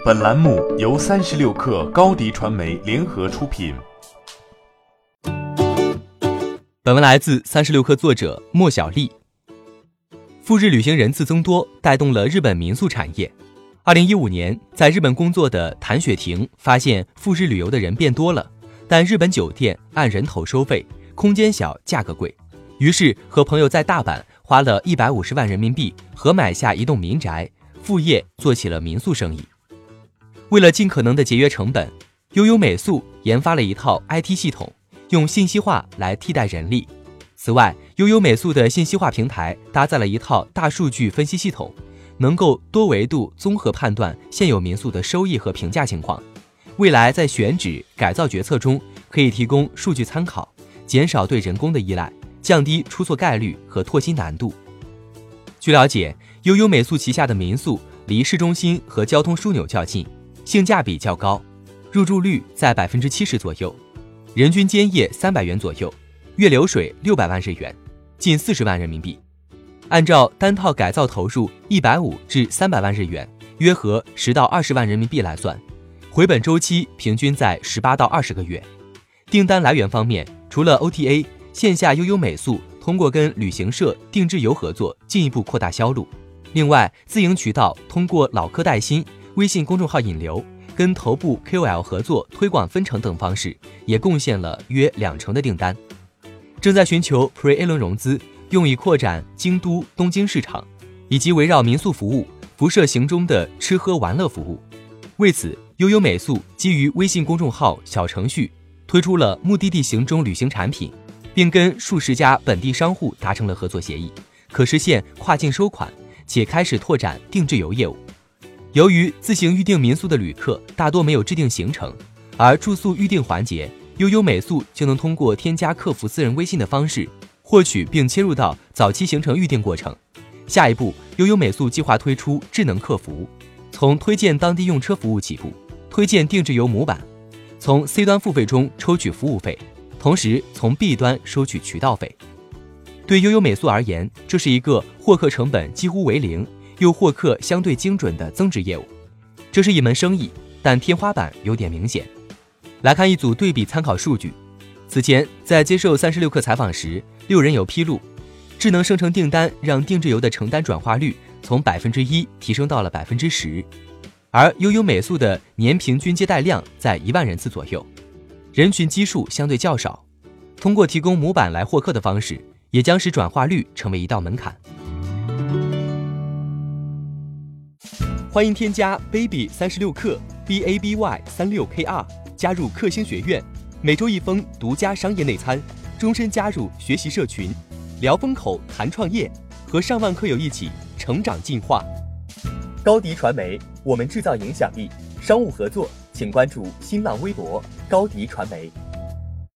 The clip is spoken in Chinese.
本栏目由36氪高迪传媒联合出品。 本文来自36氪作者莫小丽。赴日旅行人次增多，带动了日本民宿产业。2015年，在日本工作的谭雪婷发现赴日旅游的人变多了，但日本酒店按人头收费，空间小，价格贵。于是和朋友在大阪花了150万人民币合买下一栋民宅，副业做起了民宿生意。为了尽可能的节约成本，悠悠美宿研发了一套 IT 系统，用信息化来替代人力。此外，悠悠美宿的信息化平台搭载了一套大数据分析系统，能够多维度综合判断现有民宿的收益和评价情况。未来在选址、改造决策中可以提供数据参考，减少对人工的依赖，降低出错概率和拓新难度。据了解，悠悠美宿旗下的民宿离市中心和交通枢纽较近，性价比较高，入住率在 70% 左右，人均间夜300元左右，月流水600万日元，近40万人民币。按照单套改造投入150至300万日元，约合10到20万人民币来算，回本周期平均在18到20个月。订单来源方面，除了 OTA， 线下悠悠美宿通过跟旅行社、定制游合作进一步扩大销路。另外，自营渠道通过老客带新、微信公众号引流、跟头部 KOL 合作推广分成等方式，也贡献了约20%的订单。正在寻求 Pre-A 轮融资，用以扩展京都、东京市场，以及围绕民宿服务辐射行中的吃喝玩乐服务。为此，悠悠美宿基于微信公众号小程序推出了目的地行中旅行产品，并跟数十家本地商户达成了合作协议，可实现跨境收款，且开始拓展定制游业务。由于自行预订民宿的旅客大多没有制定行程，而住宿预订环节，悠悠美宿就能通过添加客服私人微信的方式获取并切入到早期行程预订过程。下一步，悠悠美宿计划推出智能客服，从推荐当地用车服务起步，推荐定制游模板，从 C 端付费中抽取服务费，同时从 B 端收取渠道费。对悠悠美宿而言，这是一个获客成本几乎为零，又获客相对精准的增值业务。这是一门生意，但天花板有点明显。来看一组对比参考数据。此前在接受36氪采访时，6人有披露，智能生成订单让定制游的成单转化率从 1% 提升到了 10%， 而悠悠美宿的年平均接待量在1万人次左右，人群基数相对较少。通过提供模板来获客的方式，也将使转化率成为一道门槛。欢迎添加 baby 36氪 BABY36KR 加入克星学院，每周1封独家商业内参，终身加入学习社群，聊风口谈创业，和上万课友一起成长进化。高迪传媒，我们制造影响力。商务合作请关注新浪微博高迪传媒。